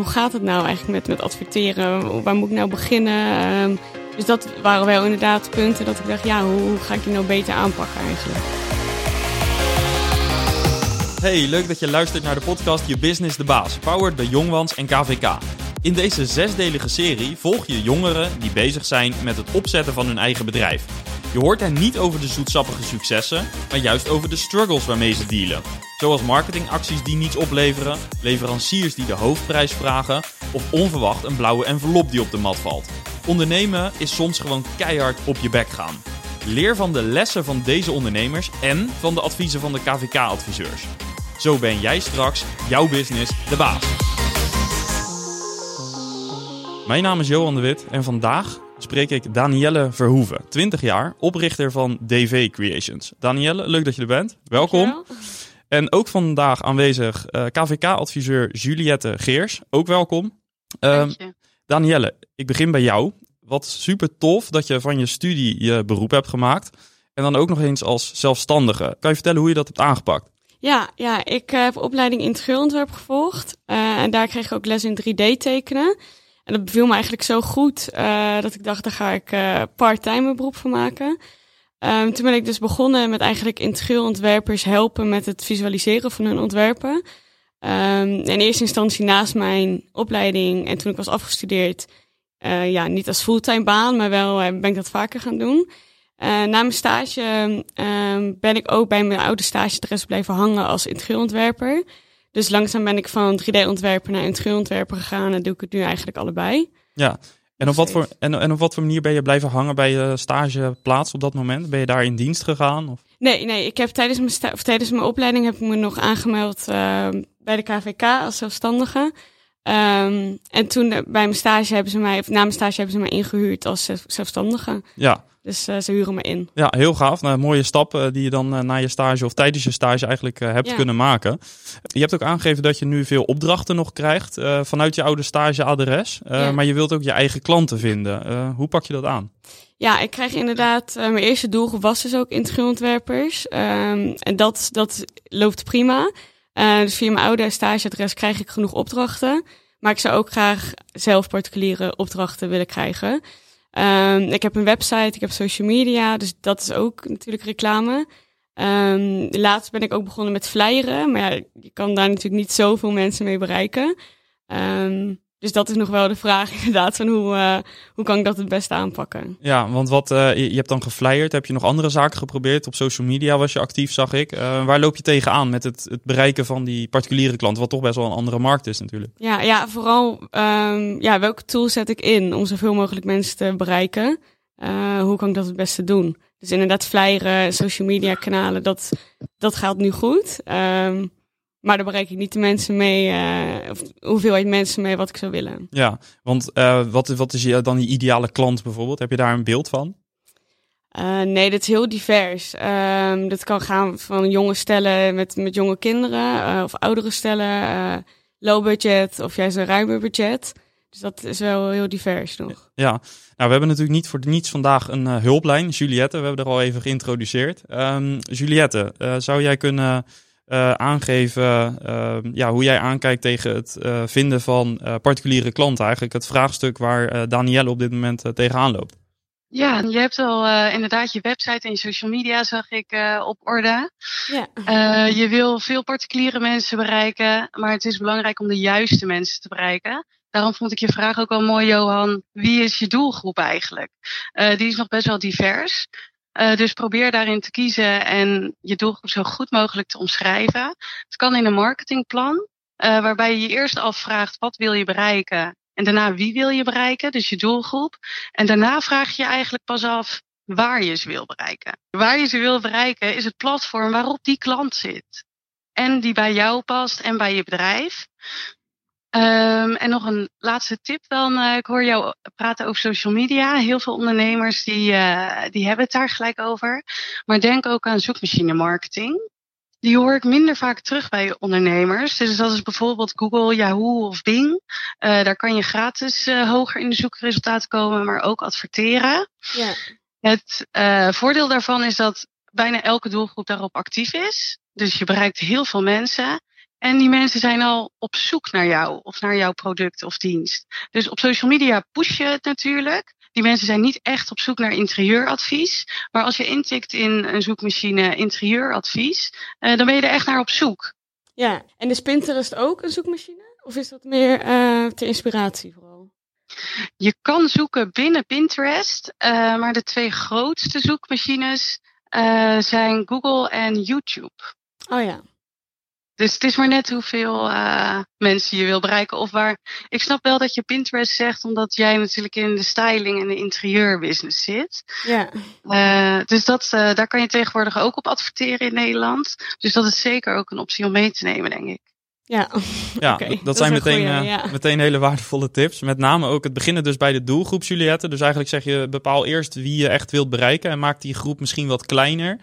hoe gaat het nou eigenlijk met adverteren? Waar moet ik nou beginnen? Dus dat waren wel inderdaad punten dat ik dacht, ja, hoe ga ik die nou beter aanpakken eigenlijk? Hey, leuk dat je luistert naar de podcast Je Business de Baas, powered bij Jongmans en KVK. In deze 6-delige serie volg je jongeren die bezig zijn met het opzetten van hun eigen bedrijf. Je hoort hen niet over de zoetsappige successen, maar juist over de struggles waarmee ze dealen. Zoals marketingacties die niets opleveren, leveranciers die de hoofdprijs vragen of onverwacht een blauwe envelop die op de mat valt. Ondernemen is soms gewoon keihard op je bek gaan. Leer van de lessen van deze ondernemers en van de adviezen van de KVK-adviseurs. Zo ben jij straks jouw business de baas. Mijn naam is Johan de Wit en vandaag spreek ik Danielle Verhoeven, 20 jaar, oprichter van DV Creations. Danielle, leuk dat je er bent. Welkom. Dankjewel. En ook vandaag aanwezig KVK-adviseur Juliette Geers. Ook welkom. Dank je. Danielle, ik begin bij jou. Wat super tof dat je van je studie je beroep hebt gemaakt. En dan ook nog eens als zelfstandige. Kan je vertellen hoe je dat hebt aangepakt? Ja, ik heb opleiding interieurontwerp gevolgd. En daar kreeg ik ook les in 3D tekenen. En dat beviel me eigenlijk zo goed dat ik dacht, daar ga ik part-time mijn beroep van maken. Toen ben ik dus begonnen met eigenlijk interieurontwerpers helpen met het visualiseren van hun ontwerpen. In eerste instantie naast mijn opleiding en toen ik was afgestudeerd, niet als fulltime baan, maar wel ben ik dat vaker gaan doen. Na mijn stage ben ik ook bij mijn oude stageadres blijven hangen als interieurontwerper. Dus langzaam ben ik van 3D-ontwerper naar interieurontwerper gegaan en doe ik het nu eigenlijk allebei. Ja, en op wat voor manier ben je blijven hangen bij je stageplaats op dat moment? Ben je daar in dienst gegaan? Of? Nee, ik heb tijdens mijn opleiding heb ik me nog aangemeld bij de KVK als zelfstandige. En toen bij mijn stage hebben ze mij, of na mijn stage hebben ze mij ingehuurd als zelfstandige. Ja. Dus ze huren me in. Ja, heel gaaf. Nou, een mooie stap die je dan na je stage of tijdens je stage eigenlijk hebt kunnen maken. Je hebt ook aangegeven dat je nu veel opdrachten nog krijgt vanuit je oude stageadres. Maar je wilt ook je eigen klanten vinden. Hoe pak je dat aan? Ja, ik krijg inderdaad, mijn eerste doelgroep was dus ook interieurontwerpers. En dat loopt prima. Dus via mijn oude stageadres krijg ik genoeg opdrachten. Maar ik zou ook graag zelf particuliere opdrachten willen krijgen. Ik heb een website, ik heb social media, dus dat is ook natuurlijk reclame. Laatst ben ik ook begonnen met flyeren, maar ja, je kan daar natuurlijk niet zoveel mensen mee bereiken. Dus dat is nog wel de vraag inderdaad van hoe kan ik dat het beste aanpakken. Ja, want je hebt dan geflyerd. Heb je nog andere zaken geprobeerd? Op social media was je actief, zag ik. Waar loop je tegenaan met het bereiken van die particuliere klanten, wat toch best wel een andere markt is natuurlijk? Ja, vooral welke tool zet ik in om zoveel mogelijk mensen te bereiken? Hoe kan ik dat het beste doen? Dus inderdaad flyeren, social media kanalen, dat gaat nu goed. Maar daar bereik ik niet de mensen mee, of hoeveelheid mensen mee wat ik zou willen. Ja, want wat is dan die ideale klant bijvoorbeeld? Heb je daar een beeld van? Nee, dat is heel divers. Dat kan gaan van jonge stellen met jonge kinderen, of oudere stellen, low budget of juist een ruimer budget. Dus dat is wel heel divers nog. Ja, nou we hebben natuurlijk niet voor niets vandaag een hulplijn. Juliette, we hebben er al even geïntroduceerd. Juliette, zou jij kunnen aangeven hoe jij aankijkt tegen het vinden van particuliere klanten. Eigenlijk het vraagstuk waar Danielle op dit moment tegenaan loopt. Ja, je hebt al inderdaad je website en je social media zag ik op orde. Ja. Je wil veel particuliere mensen bereiken, maar het is belangrijk om de juiste mensen te bereiken. Daarom vond ik je vraag ook wel mooi, Johan. Wie is je doelgroep eigenlijk? Die is nog best wel divers. Dus probeer daarin te kiezen en je doelgroep zo goed mogelijk te omschrijven. Het kan in een marketingplan, waarbij je je eerst afvraagt wat wil je bereiken en daarna wie wil je bereiken, dus je doelgroep. En daarna vraag je je eigenlijk pas af waar je ze wil bereiken. Waar je ze wil bereiken is het platform waarop die klant zit. En die bij jou past en bij je bedrijf. En nog een laatste tip dan. Ik hoor jou praten over social media. Heel veel ondernemers die hebben het daar gelijk over. Maar denk ook aan zoekmachine marketing. Die hoor ik minder vaak terug bij ondernemers. Dus dat is bijvoorbeeld Google, Yahoo of Bing. Daar kan je gratis hoger in de zoekresultaten komen, maar ook adverteren. Ja. Het voordeel daarvan is dat bijna elke doelgroep daarop actief is. Dus je bereikt heel veel mensen. En die mensen zijn al op zoek naar jou of naar jouw product of dienst. Dus op social media push je het natuurlijk. Die mensen zijn niet echt op zoek naar interieuradvies. Maar als je intikt in een zoekmachine interieuradvies, dan ben je er echt naar op zoek. Ja, en is Pinterest ook een zoekmachine? Of is dat meer ter inspiratie vooral? Je kan zoeken binnen Pinterest, maar de 2 grootste zoekmachines zijn Google en YouTube. Oh ja. Dus het is maar net hoeveel mensen je wil bereiken. Of waar. Ik snap wel dat je Pinterest zegt, omdat jij natuurlijk in de styling en de interieurbusiness zit. Ja. Dus daar kan je tegenwoordig ook op adverteren in Nederland. Dus dat is zeker ook een optie om mee te nemen, denk ik. Ja, okay. Dat zijn meteen hele waardevolle tips. Met name ook het beginnen dus bij de doelgroep, Juliette. Dus eigenlijk zeg je, bepaal eerst wie je echt wilt bereiken en maak die groep misschien wat kleiner.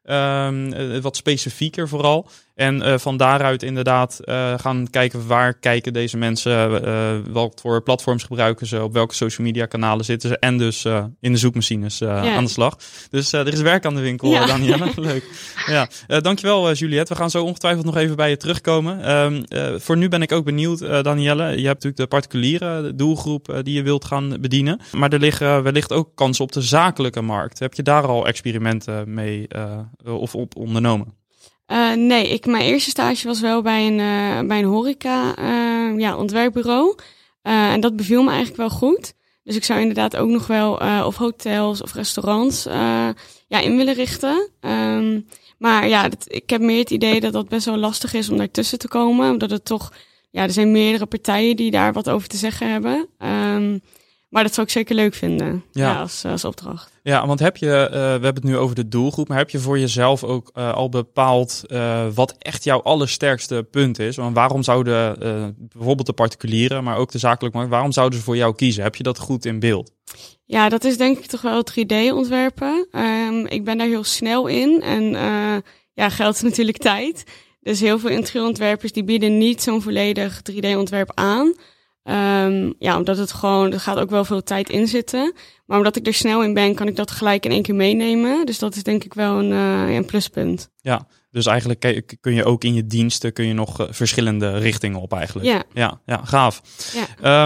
Wat specifieker vooral. En van daaruit inderdaad gaan kijken waar kijken deze mensen, wat voor platforms gebruiken ze, op welke social media kanalen zitten ze en dus in de zoekmachines aan de slag. Dus er is werk aan de winkel, Danielle. Leuk. Ja. Dankjewel Juliette. We gaan zo ongetwijfeld nog even bij je terugkomen. Voor nu ben ik ook benieuwd, Danielle. Je hebt natuurlijk de particuliere doelgroep die je wilt gaan bedienen. Maar er liggen wellicht ook kansen op de zakelijke markt. Heb je daar al experimenten mee of op ondernomen? Nee, mijn eerste stage was wel bij een horeca ontwerpbureau. En dat beviel me eigenlijk wel goed. Dus ik zou inderdaad ook nog wel of hotels of restaurants in willen richten. Maar ja, ik heb meer het idee dat dat best wel lastig is om daartussen te komen. Omdat het toch, er zijn meerdere partijen die daar wat over te zeggen hebben. Maar dat zou ik zeker leuk vinden als opdracht. Ja, want we hebben het nu over de doelgroep, maar heb je voor jezelf ook al bepaald wat echt jouw allersterkste punt is? Want waarom zouden bijvoorbeeld de particulieren, maar ook de zakelijke markt, waarom zouden ze voor jou kiezen? Heb je dat goed in beeld? Ja, dat is denk ik toch wel 3D-ontwerpen. Ik ben daar heel snel in en geld is natuurlijk tijd. Dus heel veel interieurontwerpers die bieden niet zo'n volledig 3D-ontwerp aan. Omdat er gaat ook wel veel tijd in zitten. Maar omdat ik er snel in ben, kan ik dat gelijk in één keer meenemen. Dus dat is denk ik wel een pluspunt. Ja, dus eigenlijk kun je ook in je diensten nog verschillende richtingen op eigenlijk. Ja, gaaf. Ja.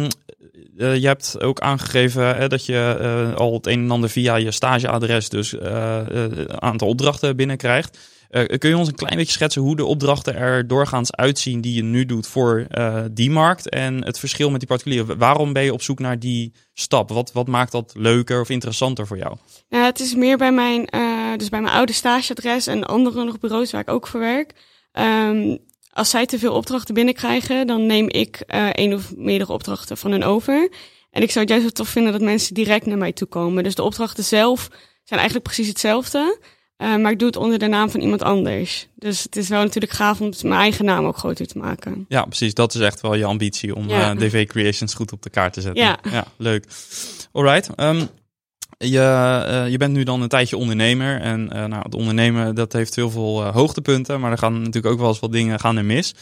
Je hebt ook aangegeven dat je al het een en ander via je stageadres dus een aantal opdrachten binnenkrijgt. Kun je ons een klein beetje schetsen hoe de opdrachten er doorgaans uitzien die je nu doet voor die markt en het verschil met die particulieren? Waarom ben je op zoek naar die stap? Wat maakt dat leuker of interessanter voor jou? Nou, het is meer bij mijn oude stageadres en andere nog bureaus waar ik ook voor werk. Als zij te veel opdrachten binnenkrijgen, dan neem ik 1 of meerdere opdrachten van hen over. En ik zou het juist wel tof vinden dat mensen direct naar mij toe komen. Dus de opdrachten zelf zijn eigenlijk precies hetzelfde. Maar ik doe het onder de naam van iemand anders. Dus het is wel natuurlijk gaaf om mijn eigen naam ook groter te maken. Ja, precies. Dat is echt wel je ambitie om DV Creations goed op de kaart te zetten. Ja, leuk. Alright. Je bent nu dan een tijdje ondernemer. En het ondernemen, dat heeft heel veel hoogtepunten. Maar er gaan natuurlijk ook wel eens wat dingen gaan er mis.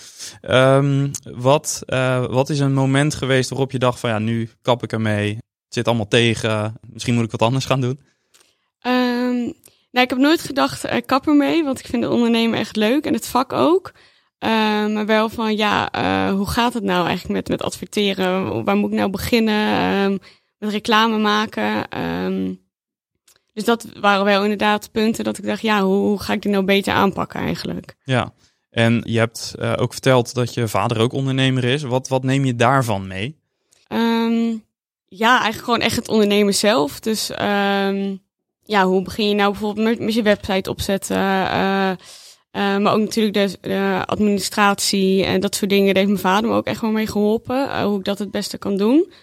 Wat is een moment geweest waarop je dacht van nu kap ik ermee. Het zit allemaal tegen. Misschien moet ik wat anders gaan doen. Ik heb nooit gedacht, kap ermee, want ik vind het ondernemen echt leuk en het vak ook. Maar wel van, hoe gaat het nou eigenlijk met adverteren? Waar moet ik nou beginnen? Met reclame maken? Dus dat waren wel inderdaad punten dat ik dacht, hoe ga ik dit nou beter aanpakken eigenlijk? Ja, en je hebt ook verteld dat je vader ook ondernemer is. Wat neem je daarvan mee? Eigenlijk gewoon echt het ondernemen zelf. Dus hoe begin je nou bijvoorbeeld met je website opzetten? Maar ook natuurlijk de administratie en dat soort dingen. Daar heeft mijn vader me ook echt wel mee geholpen. Hoe ik dat het beste kan doen.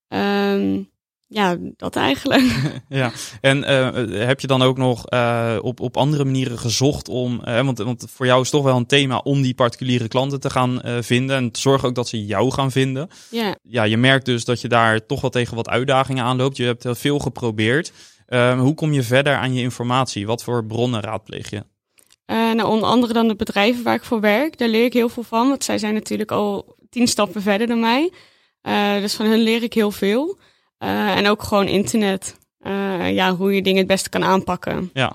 Dat eigenlijk. Ja, en heb je dan ook nog op andere manieren gezocht om... want voor jou is toch wel een thema om die particuliere klanten te gaan vinden. En te zorgen ook dat ze jou gaan vinden. Yeah. Ja, je merkt dus dat je daar toch wel tegen wat uitdagingen aanloopt. Je hebt heel veel geprobeerd. Hoe kom je verder aan je informatie? Wat voor bronnen raadpleeg je? Onder andere dan de bedrijven waar ik voor werk. Daar leer ik heel veel van. Want zij zijn natuurlijk al 10 stappen verder dan mij. Dus van hun leer ik heel veel. En ook gewoon internet. Hoe je dingen het beste kan aanpakken. Ja,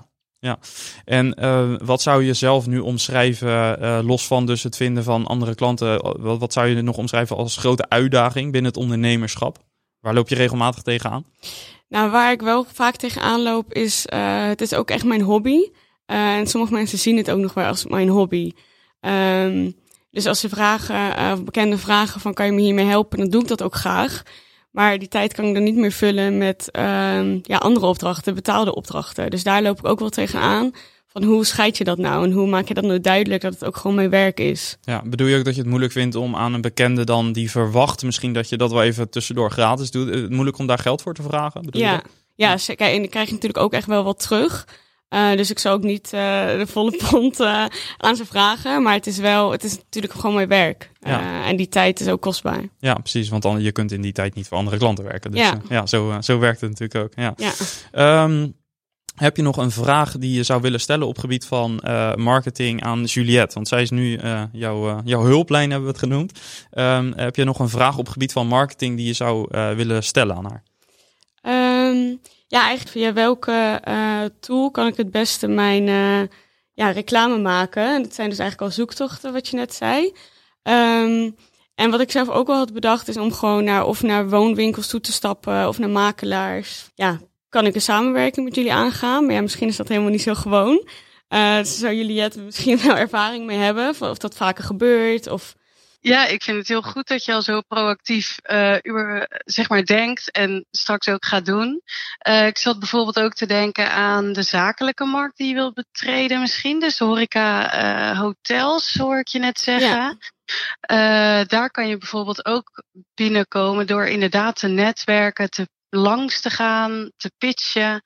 Ja. En wat zou je zelf nu omschrijven, los van dus het vinden van andere klanten, wat zou je nog omschrijven als grote uitdaging binnen het ondernemerschap? Waar loop je regelmatig tegenaan? Nou, waar ik wel vaak tegenaan loop is, het is ook echt mijn hobby. En sommige mensen zien het ook nog wel als mijn hobby. Dus als ze bekende vragen van kan je me hiermee helpen, dan doe ik dat ook graag. Maar die tijd kan ik dan niet meer vullen met andere opdrachten, betaalde opdrachten. Dus daar loop ik ook wel tegenaan. Van hoe scheid je dat nou? En hoe maak je dat nou duidelijk dat het ook gewoon mijn werk is? Ja, bedoel je ook dat je het moeilijk vindt om aan een bekende dan die verwacht misschien dat je dat wel even tussendoor gratis doet? Moeilijk om daar geld voor te vragen? Ja, zeker. En dan krijg je natuurlijk ook echt wel wat terug. Dus ik zou ook niet de volle pond aan ze vragen. Maar het is natuurlijk gewoon mijn werk. Ja. En die tijd is ook kostbaar. Ja, precies. Want je kunt in die tijd niet voor andere klanten werken. Dus zo werkt het natuurlijk ook. Ja. Heb je nog een vraag die je zou willen stellen op gebied van marketing aan Juliette? Want zij is nu jouw hulplijn, hebben we het genoemd. Heb je nog een vraag op gebied van marketing die je zou willen stellen aan haar? Eigenlijk via welke tool kan ik het beste mijn reclame maken? En dat zijn dus eigenlijk al zoektochten, wat je net zei. En wat ik zelf ook wel had bedacht is om gewoon naar woonwinkels toe te stappen of naar makelaars. Ja, kan ik een samenwerking met jullie aangaan? Maar ja, misschien is dat helemaal niet zo gewoon. Dus zou Juliette misschien wel ervaring mee hebben? Of dat vaker gebeurt? Of... Ja, ik vind het heel goed dat je al zo proactief denkt en straks ook gaat doen. Ik zat bijvoorbeeld ook te denken aan de zakelijke markt die je wilt betreden misschien. Dus de horeca hotels, hoor ik je net zeggen. Ja. Daar kan je bijvoorbeeld ook binnenkomen door inderdaad te netwerken, langs te gaan, te pitchen.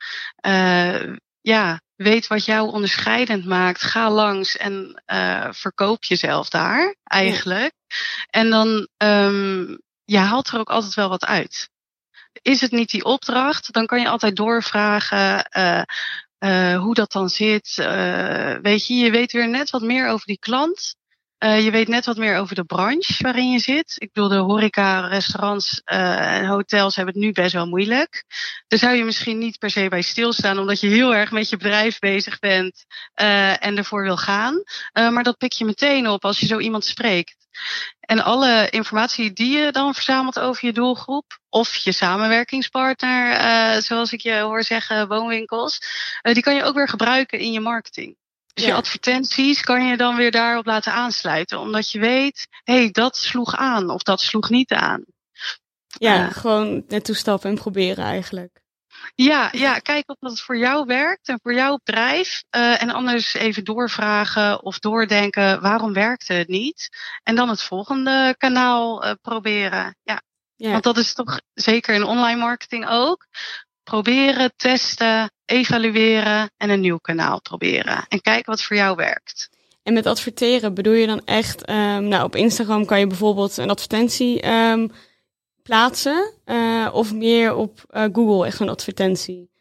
Weet wat jou onderscheidend maakt. Ga langs en verkoop jezelf daar eigenlijk. Ja. En dan haalt er ook altijd wel wat uit. Is het niet die opdracht, dan kan je altijd doorvragen hoe dat dan zit. Je weet weer net wat meer over die klant. Je weet net wat meer over de branche waarin je zit. Ik bedoel, de horeca, restaurants en hotels hebben het nu best wel moeilijk. Daar zou je misschien niet per se bij stilstaan, omdat je heel erg met je bedrijf bezig bent en ervoor wil gaan. Maar dat pik je meteen op als je zo iemand spreekt. En alle informatie die je dan verzamelt over je doelgroep of je samenwerkingspartner, zoals ik je hoor zeggen, woonwinkels, die kan je ook weer gebruiken in je marketing. Dus je advertenties kan je dan weer daarop laten aansluiten. Omdat je weet, dat sloeg aan of dat sloeg niet aan. Ja, gewoon naartoe stappen en proberen eigenlijk. Ja, kijk of dat het voor jou werkt en voor jouw bedrijf. En anders even doorvragen of doordenken, waarom werkte het niet? En dan het volgende kanaal proberen. Ja. Want dat is toch zeker in online marketing ook. Proberen, testen, evalueren en een nieuw kanaal proberen. En kijken wat voor jou werkt. En met adverteren bedoel je dan echt... op Instagram kan je bijvoorbeeld een advertentie plaatsen. Of meer op Google echt een advertentie?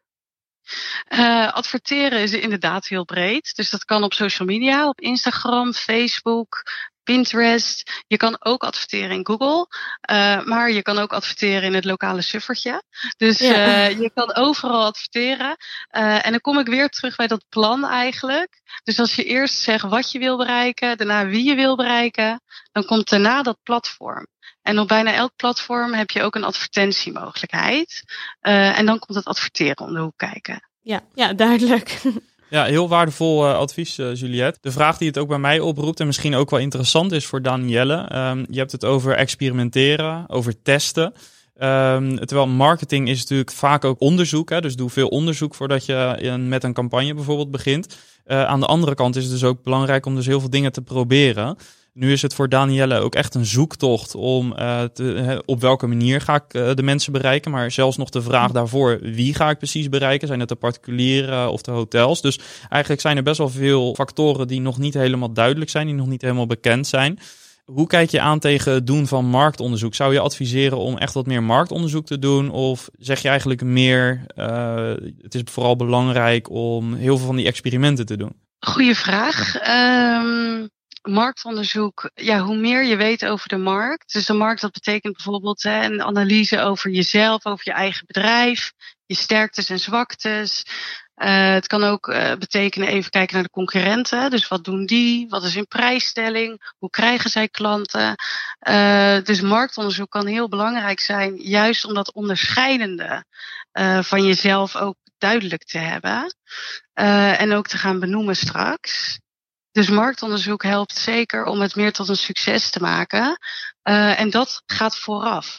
Adverteren is inderdaad heel breed. Dus dat kan op social media, op Instagram, Facebook, Pinterest. Je kan ook adverteren in Google. Maar je kan ook adverteren in het lokale suffertje. Dus je kan overal adverteren. En dan kom ik weer terug bij dat plan eigenlijk. Dus als je eerst zegt wat je wil bereiken, daarna wie je wil bereiken, dan komt daarna dat platform. En op bijna elk platform heb je ook een advertentiemogelijkheid. En dan komt het adverteren om de hoek kijken. Ja, duidelijk. Ja, heel waardevol advies, Juliette. De vraag die het ook bij mij oproept en misschien ook wel interessant is voor Danielle. Je hebt het over experimenteren, over testen. Terwijl marketing is natuurlijk vaak ook onderzoek. Hè? Dus doe veel onderzoek voordat je met een campagne bijvoorbeeld begint. Aan de andere kant is het dus ook belangrijk om dus heel veel dingen te proberen. Nu is het voor Danielle ook echt een zoektocht om op welke manier ga ik de mensen bereiken. Maar zelfs nog de vraag daarvoor, wie ga ik precies bereiken? Zijn het de particulieren of de hotels? Dus eigenlijk zijn er best wel veel factoren die nog niet helemaal duidelijk zijn, die nog niet helemaal bekend zijn. Hoe kijk je aan tegen het doen van marktonderzoek? Zou je adviseren om echt wat meer marktonderzoek te doen? Of zeg je eigenlijk meer, het is vooral belangrijk om heel veel van die experimenten te doen? Goeie vraag. Marktonderzoek, hoe meer je weet over de markt. Dus de markt, dat betekent bijvoorbeeld een analyse over jezelf, over je eigen bedrijf, je sterktes en zwaktes. Het kan ook betekenen even kijken naar de concurrenten. Dus wat doen die? Wat is hun prijsstelling? Hoe krijgen zij klanten? Dus marktonderzoek kan heel belangrijk zijn, juist om dat onderscheidende van jezelf ook duidelijk te hebben. En ook te gaan benoemen straks. Dus marktonderzoek helpt zeker om het meer tot een succes te maken. En dat gaat vooraf.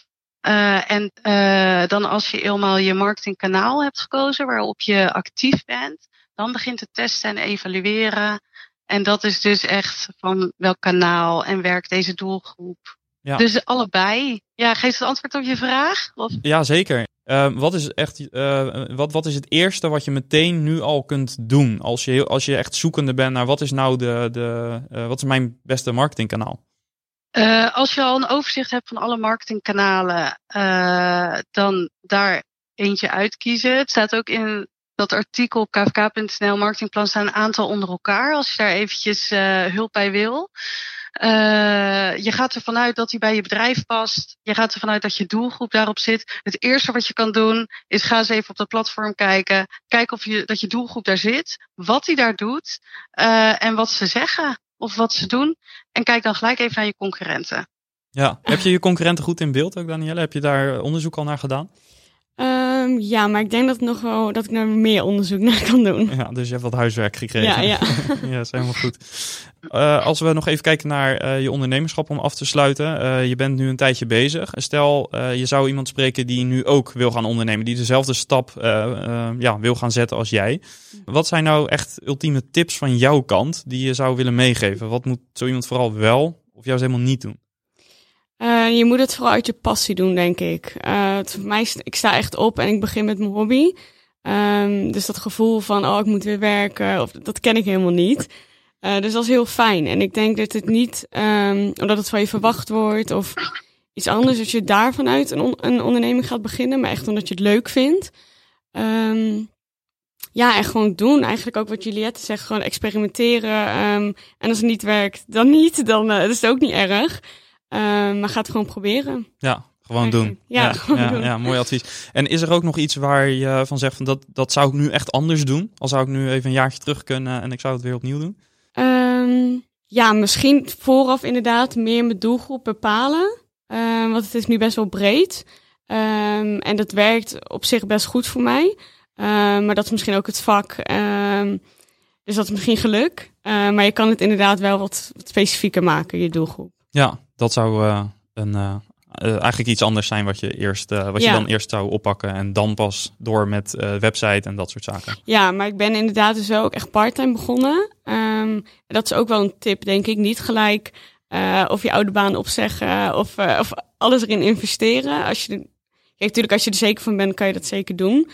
Dan als je eenmaal je marketingkanaal hebt gekozen waarop je actief bent, dan begint het testen en evalueren. En dat is dus echt van welk kanaal en werkt deze doelgroep. Ja. Dus allebei. Ja, geeft het antwoord op je vraag? Of? Ja, zeker. Wat is het eerste wat je meteen nu al kunt doen als je echt zoekende bent naar wat is nou wat is mijn beste marketingkanaal? Als je al een overzicht hebt van alle marketingkanalen, dan daar eentje uitkiezen. Het staat ook in dat artikel op kvk.nl marketingplan staan een aantal onder elkaar. Als je daar eventjes hulp bij wil. Je gaat ervan uit dat die bij je bedrijf past. Je gaat ervan uit dat je doelgroep daarop zit. Het eerste wat je kan doen is ga eens even op dat platform kijken. Kijk dat je doelgroep daar zit. Wat die daar doet. En wat ze zeggen. Of wat ze doen. En kijk dan gelijk even naar je concurrenten. Ja, heb je concurrenten goed in beeld ook, Danielle? Heb je daar onderzoek al naar gedaan? Ja, maar ik denk dat ik er meer onderzoek naar kan doen. Ja, dus je hebt wat huiswerk gekregen. Ja. Ja, dat is helemaal goed. Als we nog even kijken naar je ondernemerschap om af te sluiten. Je bent nu een tijdje bezig. Stel, je zou iemand spreken die nu ook wil gaan ondernemen. Die dezelfde stap wil gaan zetten als jij. Wat zijn nou echt ultieme tips van jouw kant die je zou willen meegeven? Wat moet zo iemand vooral wel of juist helemaal niet doen? Je moet het vooral uit je passie doen, denk ik. Voor mij, ik sta echt op en ik begin met mijn hobby. Dus dat gevoel van, ik moet weer werken, dat ken ik helemaal niet. Dus dat is heel fijn. En ik denk dat het niet, omdat het van je verwacht wordt of iets anders, dat je daarvan uit een onderneming gaat beginnen, maar echt omdat je het leuk vindt. En gewoon doen. Eigenlijk ook wat Juliette zegt, gewoon experimenteren. En als het niet werkt, dan niet. Dan is het ook niet erg. Maar ga het gewoon proberen. Ja, gewoon doen. Doen. Ja, mooi advies. En is er ook nog iets waar je van zegt, van dat zou ik nu echt anders doen? Al zou ik nu even een jaartje terug kunnen en ik zou het weer opnieuw doen? Misschien vooraf inderdaad meer mijn doelgroep bepalen. Want het is nu best wel breed. En dat werkt op zich best goed voor mij. Maar dat is misschien ook het vak. Dus dat is misschien geluk. Maar je kan het inderdaad wel wat specifieker maken, je doelgroep. Ja, dat zou eigenlijk iets anders zijn wat je dan eerst zou oppakken en dan pas door met website en dat soort zaken. Ja, maar ik ben inderdaad dus wel ook echt parttime begonnen. Dat is ook wel een tip, denk ik. Niet gelijk of je oude baan opzeggen of alles erin investeren. Natuurlijk, als je er zeker van bent, kan je dat zeker doen.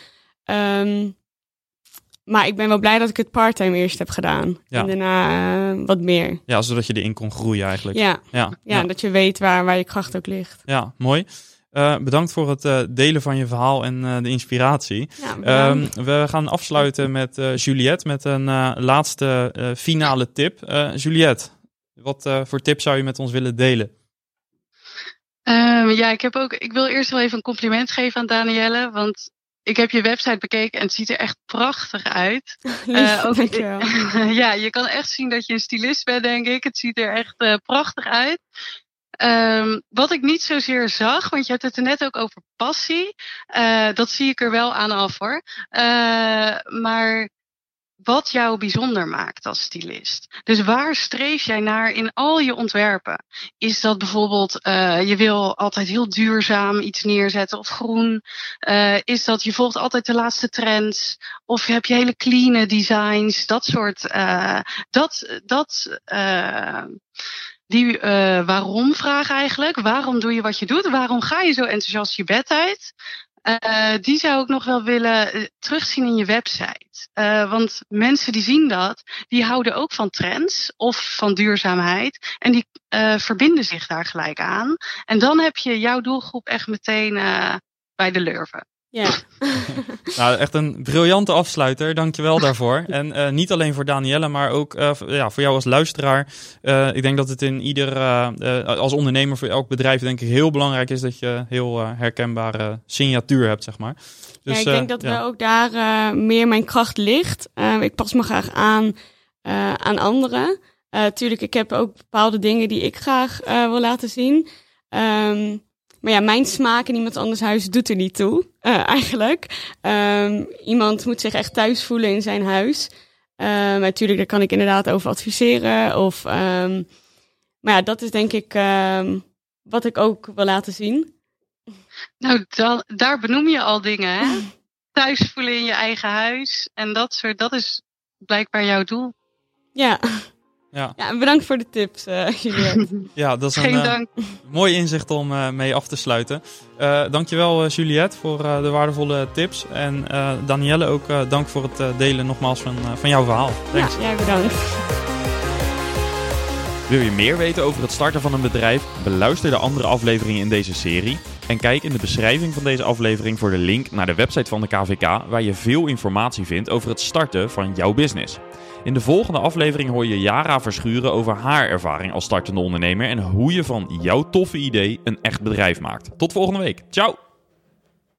Maar ik ben wel blij dat ik het parttime eerst heb gedaan. Ja. En daarna wat meer. Ja, zodat je erin kon groeien eigenlijk. Ja, dat je weet waar je kracht ook ligt. Ja, mooi. Bedankt voor het delen van je verhaal en de inspiratie. Ja, we gaan afsluiten met Juliette met een laatste finale tip. Juliette, wat voor tip zou je met ons willen delen? Ik wil eerst wel even een compliment geven aan Danielle, want ik heb je website bekeken en het ziet er echt prachtig uit. Je kan echt zien dat je een stylist bent, denk ik. Het ziet er echt prachtig uit. Wat ik niet zozeer zag, want je hebt het er net ook over passie. Dat zie ik er wel aan af, hoor. Maar wat jou bijzonder maakt als stylist. Dus waar streef jij naar in al je ontwerpen? Is dat bijvoorbeeld, je wil altijd heel duurzaam iets neerzetten of groen? Is dat, je volgt altijd de laatste trends? Of heb je hele clean designs? Dat soort, die waarom-vraag eigenlijk. Waarom doe je wat je doet? Waarom ga je zo enthousiast je bed uit? Die zou ik nog wel willen terugzien in je website. Want mensen die zien dat, die houden ook van trends of van duurzaamheid. En die verbinden zich daar gelijk aan. En dan heb je jouw doelgroep echt meteen bij de lurven. Ja. Nou, echt een briljante afsluiter. Dankjewel daarvoor. En niet alleen voor Danielle, maar ook voor jou als luisteraar. Ik denk dat het in als ondernemer voor elk bedrijf denk ik heel belangrijk is dat je heel herkenbare signatuur hebt, zeg maar. Dus, ik denk dat ook daar meer mijn kracht ligt. Ik pas me graag aan anderen. Tuurlijk, ik heb ook bepaalde dingen die ik graag wil laten zien. Maar ja, mijn smaak in iemand anders huis doet er niet toe, eigenlijk. Iemand moet zich echt thuis voelen in zijn huis. Natuurlijk, daar kan ik inderdaad over adviseren. Maar ja, dat is denk ik wat ik ook wil laten zien. Nou, daar benoem je al dingen, hè? Thuis voelen in je eigen huis. En dat is blijkbaar jouw doel. Ja. Ja, en bedankt voor de tips, Juliette. Ja, dat is Geen dank. Mooi inzicht om mee af te sluiten. Dankjewel, Juliette, voor de waardevolle tips. En Danielle ook dank voor het delen nogmaals van jouw verhaal. Thanks. Ja, jij bedankt. Wil je meer weten over het starten van een bedrijf? Beluister de andere afleveringen in deze serie. En kijk in de beschrijving van deze aflevering voor de link naar de website van de KVK, waar je veel informatie vindt over het starten van jouw business. In de volgende aflevering hoor je Yara Verschuren over haar ervaring als startende ondernemer en hoe je van jouw toffe idee een echt bedrijf maakt. Tot volgende week. Ciao!